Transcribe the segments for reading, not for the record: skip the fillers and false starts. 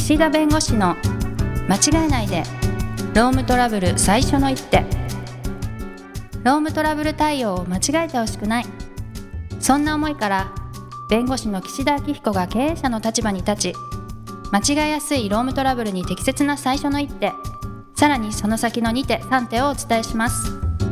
岸田弁護士の間違えないでロームトラブル最初の一手。ロームトラブル対応を間違えてほしくない、そんな思いから弁護士の岸田明彦が経営者の立場に立ち、間違えやすいロームトラブルに適切な最初の一手、さらにその先の2手3手をお伝えします。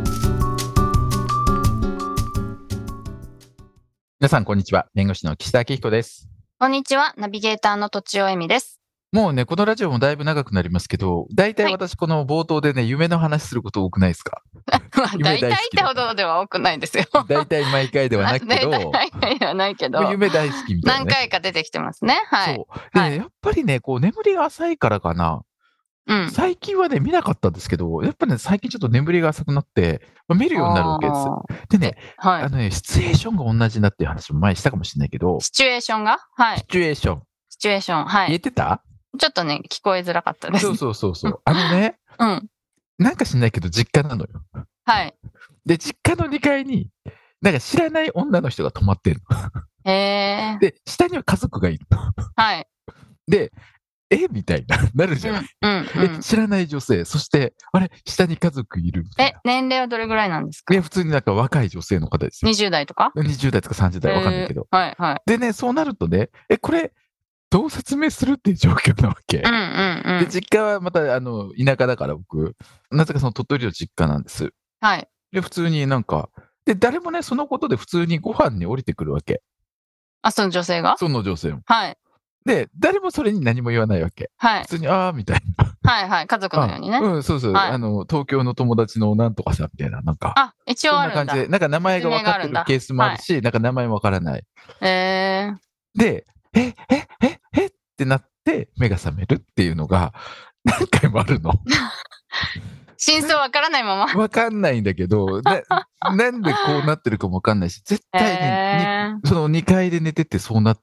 皆さんこんにちは。弁護士の岸田明彦です。 こんにちは。ナビゲーターのとちおえみです。 もうね、このラジオもだいぶ長くなりますけど、大体私この冒頭でね、夢の話すること多くないですか？ 大体ってほどでは多くないですよ。 大体毎回ではなくけど、 大体ではないけど、 夢大好きみたいな、ね。 何回か出てきてますね。はい。 そう。でね、やっぱりね、こう眠りが浅いからかな。最近はね、見なかったんですけど、やっぱね、最近ちょっと眠りが浅くなって、見るようになるわけです。でね、シチュエーションが同じなっていう話も前にしたかもしれないけど。 シチュエーションがはい。 シチュエーション。はい。言えてた？ ちょっとね、聞こえづらかったです。 そう。なんか知んないけど実家なのよ。 はい。 で、実家の2階に、なんか知らない女の人が泊まってんの。 へー。 で、下には家族がいるの。 はい。 で、みたいなるじゃない。知らない女性、そして、あれ、下に家族いるみたいな。 年齢はどれぐらいなんですか？ 普通になんか若い女性の方ですよ。 20代とか ?20 代とか30代わかんないけど。 はいはい。 でね、そうなるとね、これ、どう説明するっていう状況なわけ。で、実家はまた、田舎だから僕、なぜかその鳥取の実家なんです。 はい。 で、普通になんか、で、誰もね、そのことで普通にご飯に降りてくるわけ。 あ、その女性が？ その女性も。 はい。 で、誰もそれに何も言わないわけ。 はい。 普通に、みたいな。はいはい。家族のようにね。 そう。はい、東京の友達のなんとかさんみたいな、なんか。 一応あるんだ。 そんな感じで、なんか名前が分かってるケースもあるし、なんか名前も分からない。で、ってなって目が覚めるっていうのが何回もあるの。 真相わからないまま。 わかんないんだけど、なんでこうなってるかもわかんないし、絶対ね、その2階で寝ててそうなって、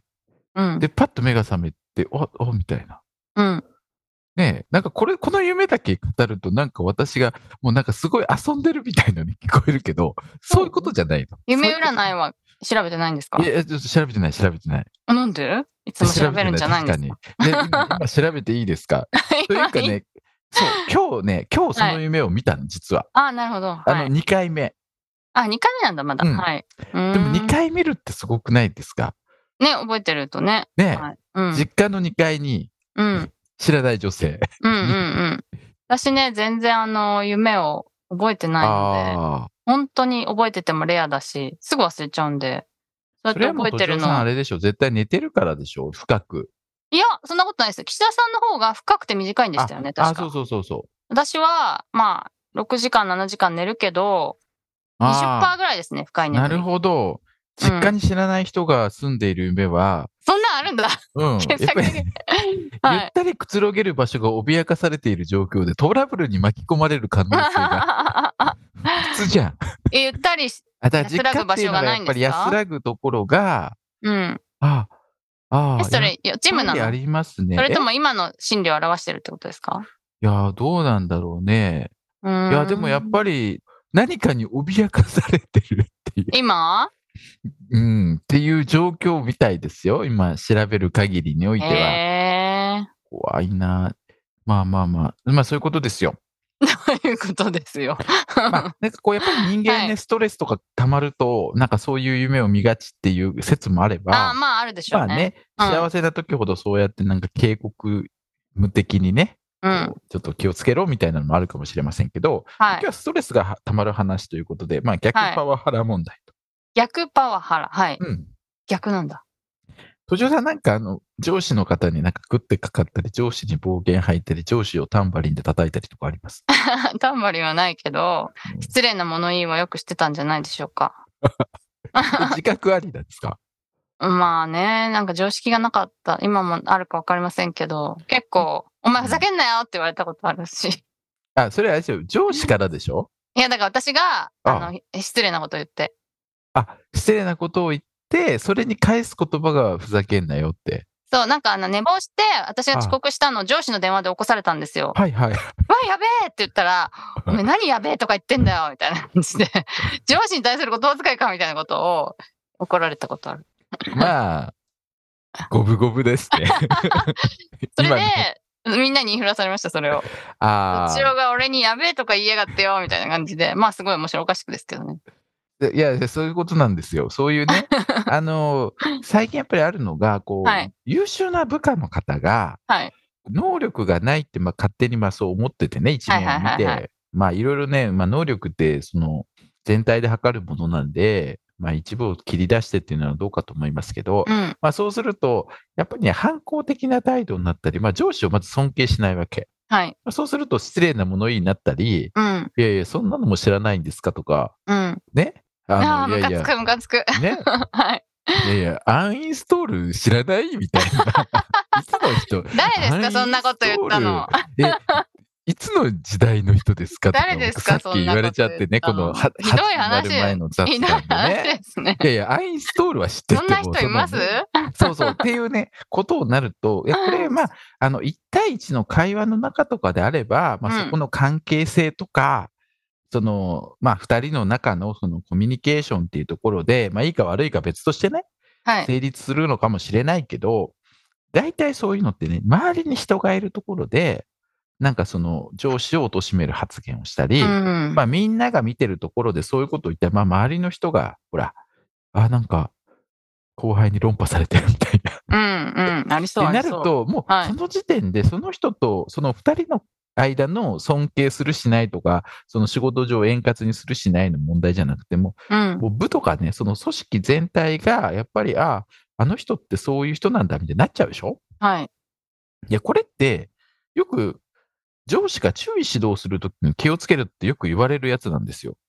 で、パッと目が覚めて、みたいな。ねえ、なんかこの夢だけ語るとなんか私がもうなんかすごい遊んでるみたいのに聞こえるけど、そういうことじゃないの。 夢占いは調べてないんですか？ いや、ちょっと調べてない。 なんで？いつも調べるんじゃないんですか？ 今調べていいですか？というかね、そう、今日その夢を見たの、実は。 なるほど。 2回目。 2回目なんだ、まだ。はい。 でも2回見るってすごくないですか？ ね、覚えてるとね。 実家の2階に、知らない女性。 私ね、全然夢を覚えてないので、本当に覚えててもレアだし、すぐ忘れちゃうんで。 それはもう、とちおさんあれでしょ、絶対寝てるからでしょ、深く。 いや、そんなことないですよ。岸田さんの方が深くて短いんでしたよね、確か。 そう。 私は、6時間、7時間寝るけど、20% ぐらいですね、深い眠り。 なるほど。実家に知らない人が住んでいる夢は、 そんなんあるんだ。 やっぱり、ゆったりくつろげる場所が脅かされている状況でトラブルに巻き込まれる可能性が普通じゃん。 ゆったり安らぐ場所がないんですか？やっぱり安らぐところが、 それ予知夢なの？ ありますね。 それとも今の心理を表してるってことですか？ いや、どうなんだろうね。いや、でもやっぱり何かに脅かされてるっていう。 今？ っていう状況みたいですよ。今調べる限りにおいては。怖いな。まあそういうことですよ。 そういうことですよ。 なんかこうやっぱり人間ね、ストレスとか溜まると、なんかそういう夢を見がちっていう説もあれば、 あるでしょうね。 幸せな時ほどそうやってなんか警告無敵にね、ちょっと気をつけろみたいなのもあるかもしれませんけど、今日はストレスが溜まる話ということで、逆パワハラ問題と。 逆パワハラ。はい。逆なんだ。 とちおさんなんか上司の方になんか食ってかかったり、上司に暴言吐いたり、上司をタンバリンで叩いたりとかあります？ タンバリンはないけど、失礼な物言いはよくしてたんじゃないでしょうか。 自覚ありなんですか？ なんか常識がなかった。今もあるかわかりませんけど、結構、お前ふざけんなよって言われたことあるし。 それはあれですよ、上司からでしょ？ いや、だから私が、失礼なこと言って。 失礼なことを言って、それに返す言葉がふざけんなよって。 そう、なんか寝坊して、私が遅刻したのを上司の電話で起こされたんですよ。 やべえって言ったら、お前何やべえとか言ってんだよみたいな感じで、上司に対する言葉遣いかみたいなことを怒られたことある。 五分五分ですね。 それで、みんなに言いふらされました、それを。 ああ。 土尾が俺にやべえとか言いやがってよ、みたいな感じで。まあ、すごい面白おかしくですけどね。 いや、そういうことなんですよ。そういうね、最近やっぱりあるのが、こう、優秀な部下の方が、能力がないって、勝手にそう思っててね、一面を見て、いろいろね、能力って、全体で測るものなんで、一部を切り出してっていうのはどうかと思いますけど、そうすると、やっぱりね、反抗的な態度になったり、上司をまず尊敬しないわけ。そうすると失礼な物言いになったり、いやいや、そんなのも知らないんですかとか、ね。 ムカつく、ムカつく。 ね。いやいや、アンインストール知らないみたいな。いつの人誰ですか、そんなこと言ったの。 いつの時代の人ですかとか、 誰ですか、 さっき言われちゃってね、この、 ひどい話前の雑談でね。いやいや、アインストールは知ってても。 そんな人います？ そうっていうね、ことになると、これ、1対1の会話の中とかであれば、そこの関係性とか、2人の中のそのコミュニケーションっていうところで、いいか悪いか別としてね、成立するのかもしれないけど、大体そういうのってね、周りに人がいるところで、なんかその上司を貶める発言をしたり、みんなが見てるところでそういうことを言ったら、周りの人が、ほら、なんか、後輩に論破されてるみたいな。ありそう。 ってなると、もうその時点でその人とその2人の間の尊敬するしないとか、その仕事上円滑にするしないの問題じゃなくても、もう部とかね、その組織全体がやっぱり、あの人ってそういう人なんだみたいになっちゃうでしょ？いや、これって、よく上司が注意指導するときに気をつけるってよく言われるやつなんですよ。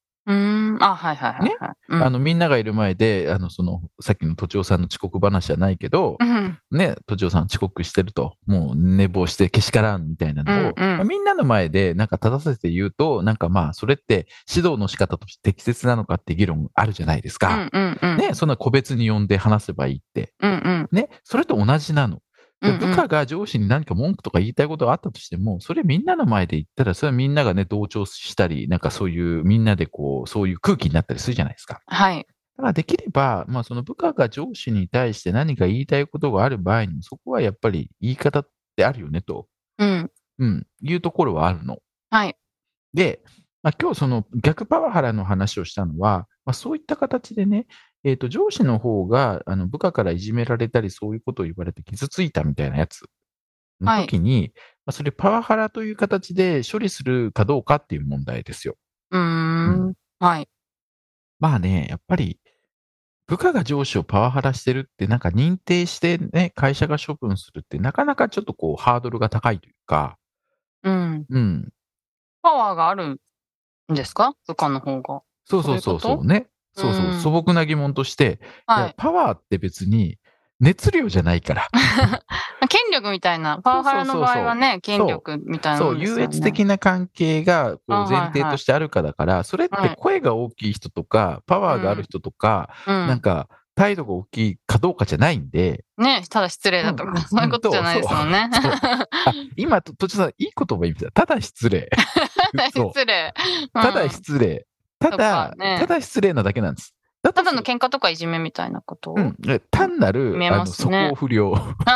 ね、みんながいる前で、さっきのとちおさんの遅刻話じゃないけど、ね、とちおさん遅刻してると、もう寝坊してけしからんみたいなのを、みんなの前でなんか正させて言うと、なんかそれって指導の仕方として適切なのかって議論あるじゃないですか。ね、そんな個別に呼んで話せばいいって。ね、それと同じなの。部下が上司に何か文句とか言いたいことがあったとしても、それみんなの前で言ったら、それはみんながね、同調したり、なんかそういう、みんなでこう、そういう空気になったりするじゃないですか。だからできれば、その部下が上司に対して何か言いたいことがある場合にも、そこはやっぱり言い方ってあるよねと、いうところはあるの。で、今日その逆パワハラの話をしたのは、そういった形でね、上司の方が部下からいじめられたり、そういうことを言われて傷ついたみたいなやつの時に、それパワハラという形で処理するかどうかっていう問題ですよ。やっぱり部下が上司をパワハラしてるってなんか認定してね、会社が処分するってなかなかちょっとこうハードルが高いというか。 パワーがあるんですか？部下の方が。 そうね。素朴な疑問として、いやパワーって別に熱量じゃないから。 権力みたいな。パワハラの場合はね、権力みたいなもんですよね。 優越的な関係がこう前提としてあるかだから、それって声が大きい人とか、パワーがある人とか、なんか態度が大きいかどうかじゃないんで。 ね、ただ失礼だとか、そういうことじゃないですもんね。 今、とちさん、いい言葉言いました。ただ失礼。ただ失礼。ただ失礼なだけなんです。 ただの喧嘩とかいじめみたいなことを。 単なる、素行不良。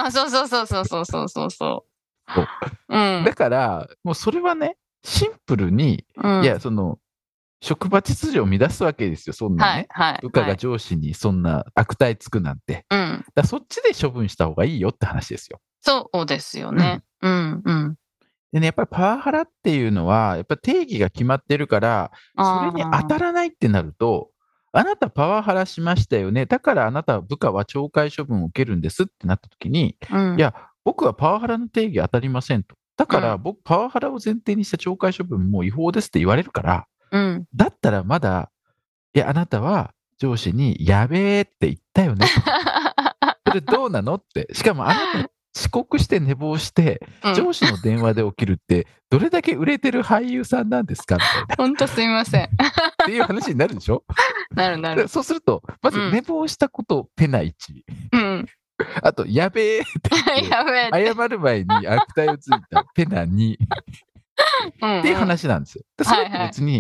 そう。 だから、もうそれはね、シンプルに、いや、その、職場秩序を乱すわけですよ、そんなね。部下が上司にそんな悪態つくなんて。だそっちで処分した方がいいよって話ですよ。 そうですよね。 でね、やっぱりパワハラっていうのは、やっぱり定義が決まってるから、それに当たらないってなると、あなたパワハラしましたよね。だからあなた部下は懲戒処分を受けるんですってなった時に、いや、僕はパワハラの定義当たりませんと。だから僕、パワハラを前提にした懲戒処分も違法ですって言われるから、だったらまだ、いや、あなたは上司にやべえって言ったよねと。それどうなのって。しかもあなた遅刻して寝坊して、上司の電話で起きるって、どれだけ売れてる俳優さんなんですかみたいな。 本当すみません。 っていう話になるでしょ？ なる。 そうすると、まず寝坊したことペナ1。あと、やべえって謝る前に悪態をついたペナ2。っていう話なんですよ。それって別に、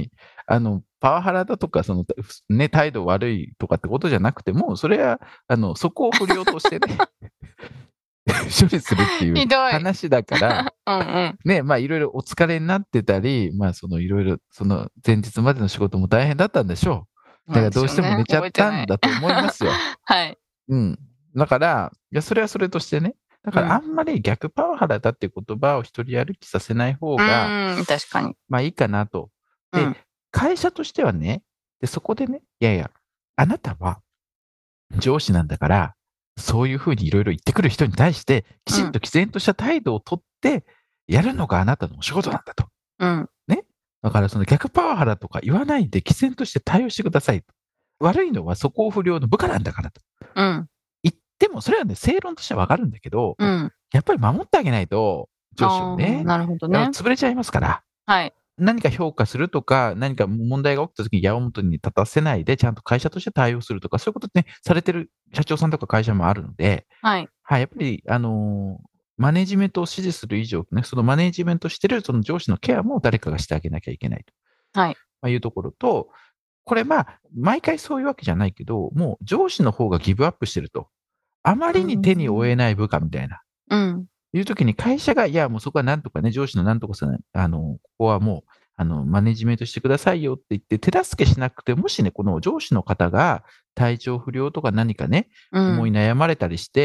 パワハラだとか、ね、態度悪いとかってことじゃなくても、それは、そこを不良としてね、処理するっていう話だから、ね、まあいろいろお疲れになってたり、まあいろいろ、前日までの仕事も大変だったんでしょう。だからどうしても寝ちゃったんだと思いますよ。 はい。 うん。だから、いや、それはそれとしてね、だからあんまり逆パワハラだっていう言葉を一人歩きさせない方が、 確かに。 まあいいかなと。で、会社としてはね、で、そこでね、いやいや、あなたは上司なんだから、そういうふうにいろいろ言ってくる人に対して、きちんと毅然とした態度をとって、やるのがあなたのお仕事なんだと。ね。だからその逆パワハラとか言わないで、毅然として対応してくださいと。悪いのは素行不良の部下なんだからと。言っても、それはね、正論としてはわかるんだけど、やっぱり守ってあげないと、上司をね、 なるほどね。 潰れちゃいますから。 はい。 何か評価するとか、何か問題が起きた時に矢面に立たせないで、ちゃんと会社として対応するとか、そういうことね、されてる社長さんとか会社もあるので、 はい。 はい、やっぱり、マネジメントを指示する以上ね、そのマネジメントしてるその上司のケアも誰かがしてあげなきゃいけないと。 はい。 いうところと、これ毎回そういうわけじゃないけど、もう上司の方がギブアップしてると。あまりに手に負えない部下みたいな。いう時に会社が、いや、もうそこはなんとかね、上司のなんとかさん、ここはもう、マネジメントしてくださいよって言って、手助けしなくて、もしね、この上司の方が体調不良とか何かね、思い悩まれたりして、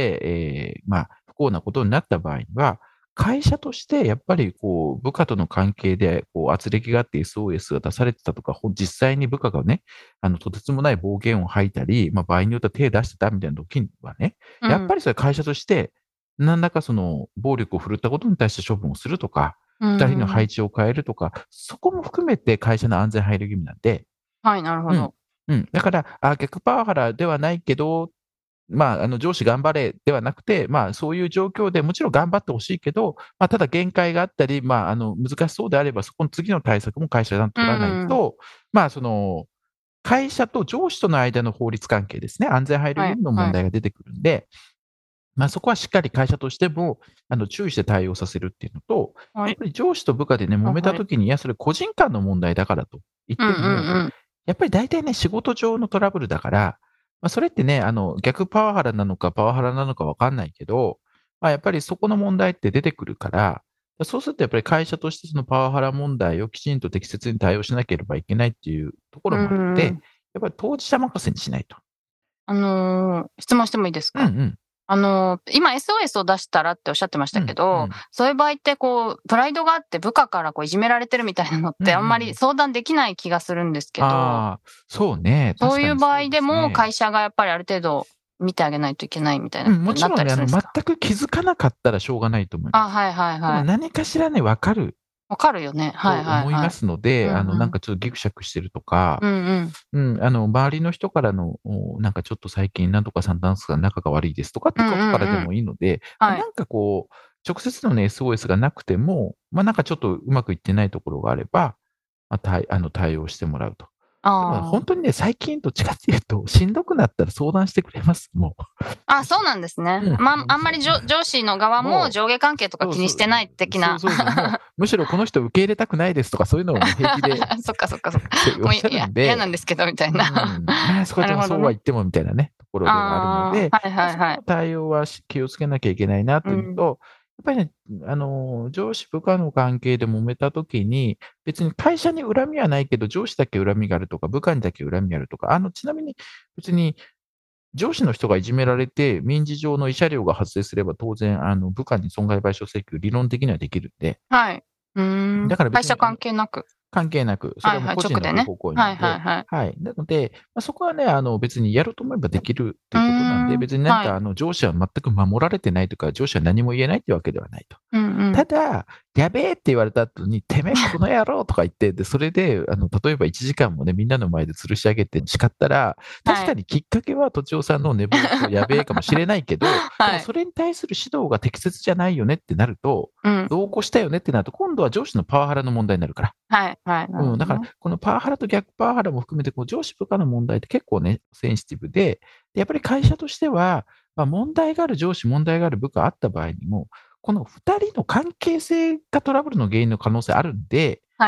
不幸なことになった場合には、会社としてやっぱり部下との関係で圧力があって SOS が出されてたとか、実際に部下がね、とてつもない暴言を吐いたり、場合によっては手出してたみたいな時にはね、やっぱりそれ会社として、何らか暴力を振るったことに対して処分をするとか、二人の配置を変えるとか、そこも含めて会社の安全配慮義務なんで。 はい、なるほど。 だから、逆パワハラではないけど、上司頑張れではなくて、そういう状況でもちろん頑張ってほしいけど、ただ限界があったり、難しそうであれば、そこの次の対策も会社が取らないと、会社と上司との間の法律関係ですね、安全配慮義務の問題が出てくるんで、そこはしっかり会社としても注意して対応させるっていうのと、やっぱり上司と部下でね、揉めたときに、いや、それ個人間の問題だからと言っても、やっぱり大体ね、仕事上のトラブルだから、それってね、逆パワハラなのかパワハラなのかわかんないけど、やっぱりそこの問題って出てくるから、そうするとやっぱり会社としてそのパワハラ問題をきちんと適切に対応しなければいけないっていうところもあって、やっぱり当事者任せにしないと。 質問してもいいですか？今 SOS を出したらっておっしゃってましたけど、そういう場合ってプライドがあって部下からいじめられてるみたいなのってあんまり相談できない気がするんですけど、 そうね。 そういう場合でも会社がやっぱりある程度見てあげないといけないみたいなことになったりするんですか？ もちろんね、全く気づかなかったらしょうがないと思います。 はいはいはい。 何かしらね、わかる。 わかるよね。はいはい。 思いますので、なんかちょっとギクシャクしてるとか、周りの人からの、なんかちょっと最近なんとかさんダンスが仲が悪いですとかってことからでもいいので、なんか直接のね、SOS がなくても、なんかちょっとうまくいってないところがあれば、対応してもらうと。本当にね、最近どっちかっていうと、しんどくなったら相談してくれます、もう。そうなんですね。あんまり上司の側も上下関係とか気にしてない的な。 むしろこの人受け入れたくないですとか、そういうのを平気で。 そっか。もう嫌なんですけど、みたいな。 そこでもそうは言ってもみたいなね、ところではあるので、対応は気をつけなきゃいけないなというのと、やっぱりね、上司部下の関係で揉めたときに、別に会社に恨みはないけど、上司だけ恨みがあるとか、部下にだけ恨みがあるとか、ちなみに別に上司の人がいじめられて、民事上の慰謝料が発生すれば、当然、部下に損害賠償請求、理論的にはできるんで。 はい。だから会社関係なく。 関係なく、それはもう個人の方向になるので、はい。なので、そこはね、別にやろうと思えばできるっていうことなんで、別に何か上司は全く守られてないとか、上司は何も言えないっていうわけではないと。ただ、やべえって言われた後に、てめえこの野郎とか言って、で、それで、例えば1時間もね、みんなの前で吊るし上げて叱ったら、確かにきっかけは、とちおさんの寝坊とやべえかもしれないけど、でもそれに対する指導が適切じゃないよねってなると、同行したよねってなると、今度は上司のパワハラの問題になるから。だから、このパワハラと逆パワハラも含めて、上司部下の問題って結構ね、センシティブで、やっぱり会社としては、問題がある上司、問題がある部下あった場合にも、この2人の関係性がトラブルの原因の可能性あるんで、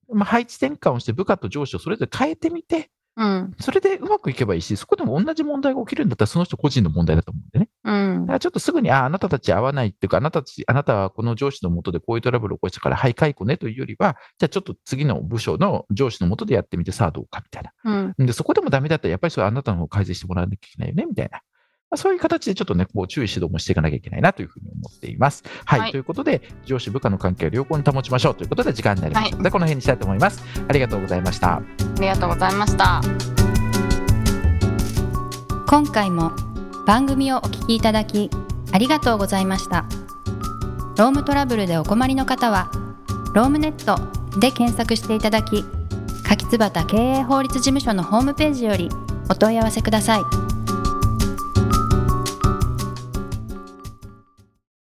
配置転換をして部下と上司をそれぞれ変えてみて、それでうまくいけばいいし、そこでも同じ問題が起きるんだったら、その人個人の問題だと思うんでね。だからちょっとすぐに、あなたたち合わないっていうか、あなたはこの上司の下でこういうトラブルを起こしたから、はい、解雇ねというよりは、じゃあちょっと次の部署の上司の下でやってみて、さあどうかみたいな。で、そこでもダメだったら、やっぱりそれあなたの方を改善してもらわなきゃいけないよね、みたいな。そういう形でちょっとね、こう注意指導もしていかなきゃいけないなというふうに思っています。はい。ということで、上司部下の関係を良好に保ちましょうということで時間になりましたので、この辺にしたいと思います。ありがとうございました。 ありがとうございました。 今回も番組をお聞きいただきありがとうございました。ロームトラブルでお困りの方はロームネットで検索していただき、柿椿経営法律事務所のホームページよりお問い合わせください。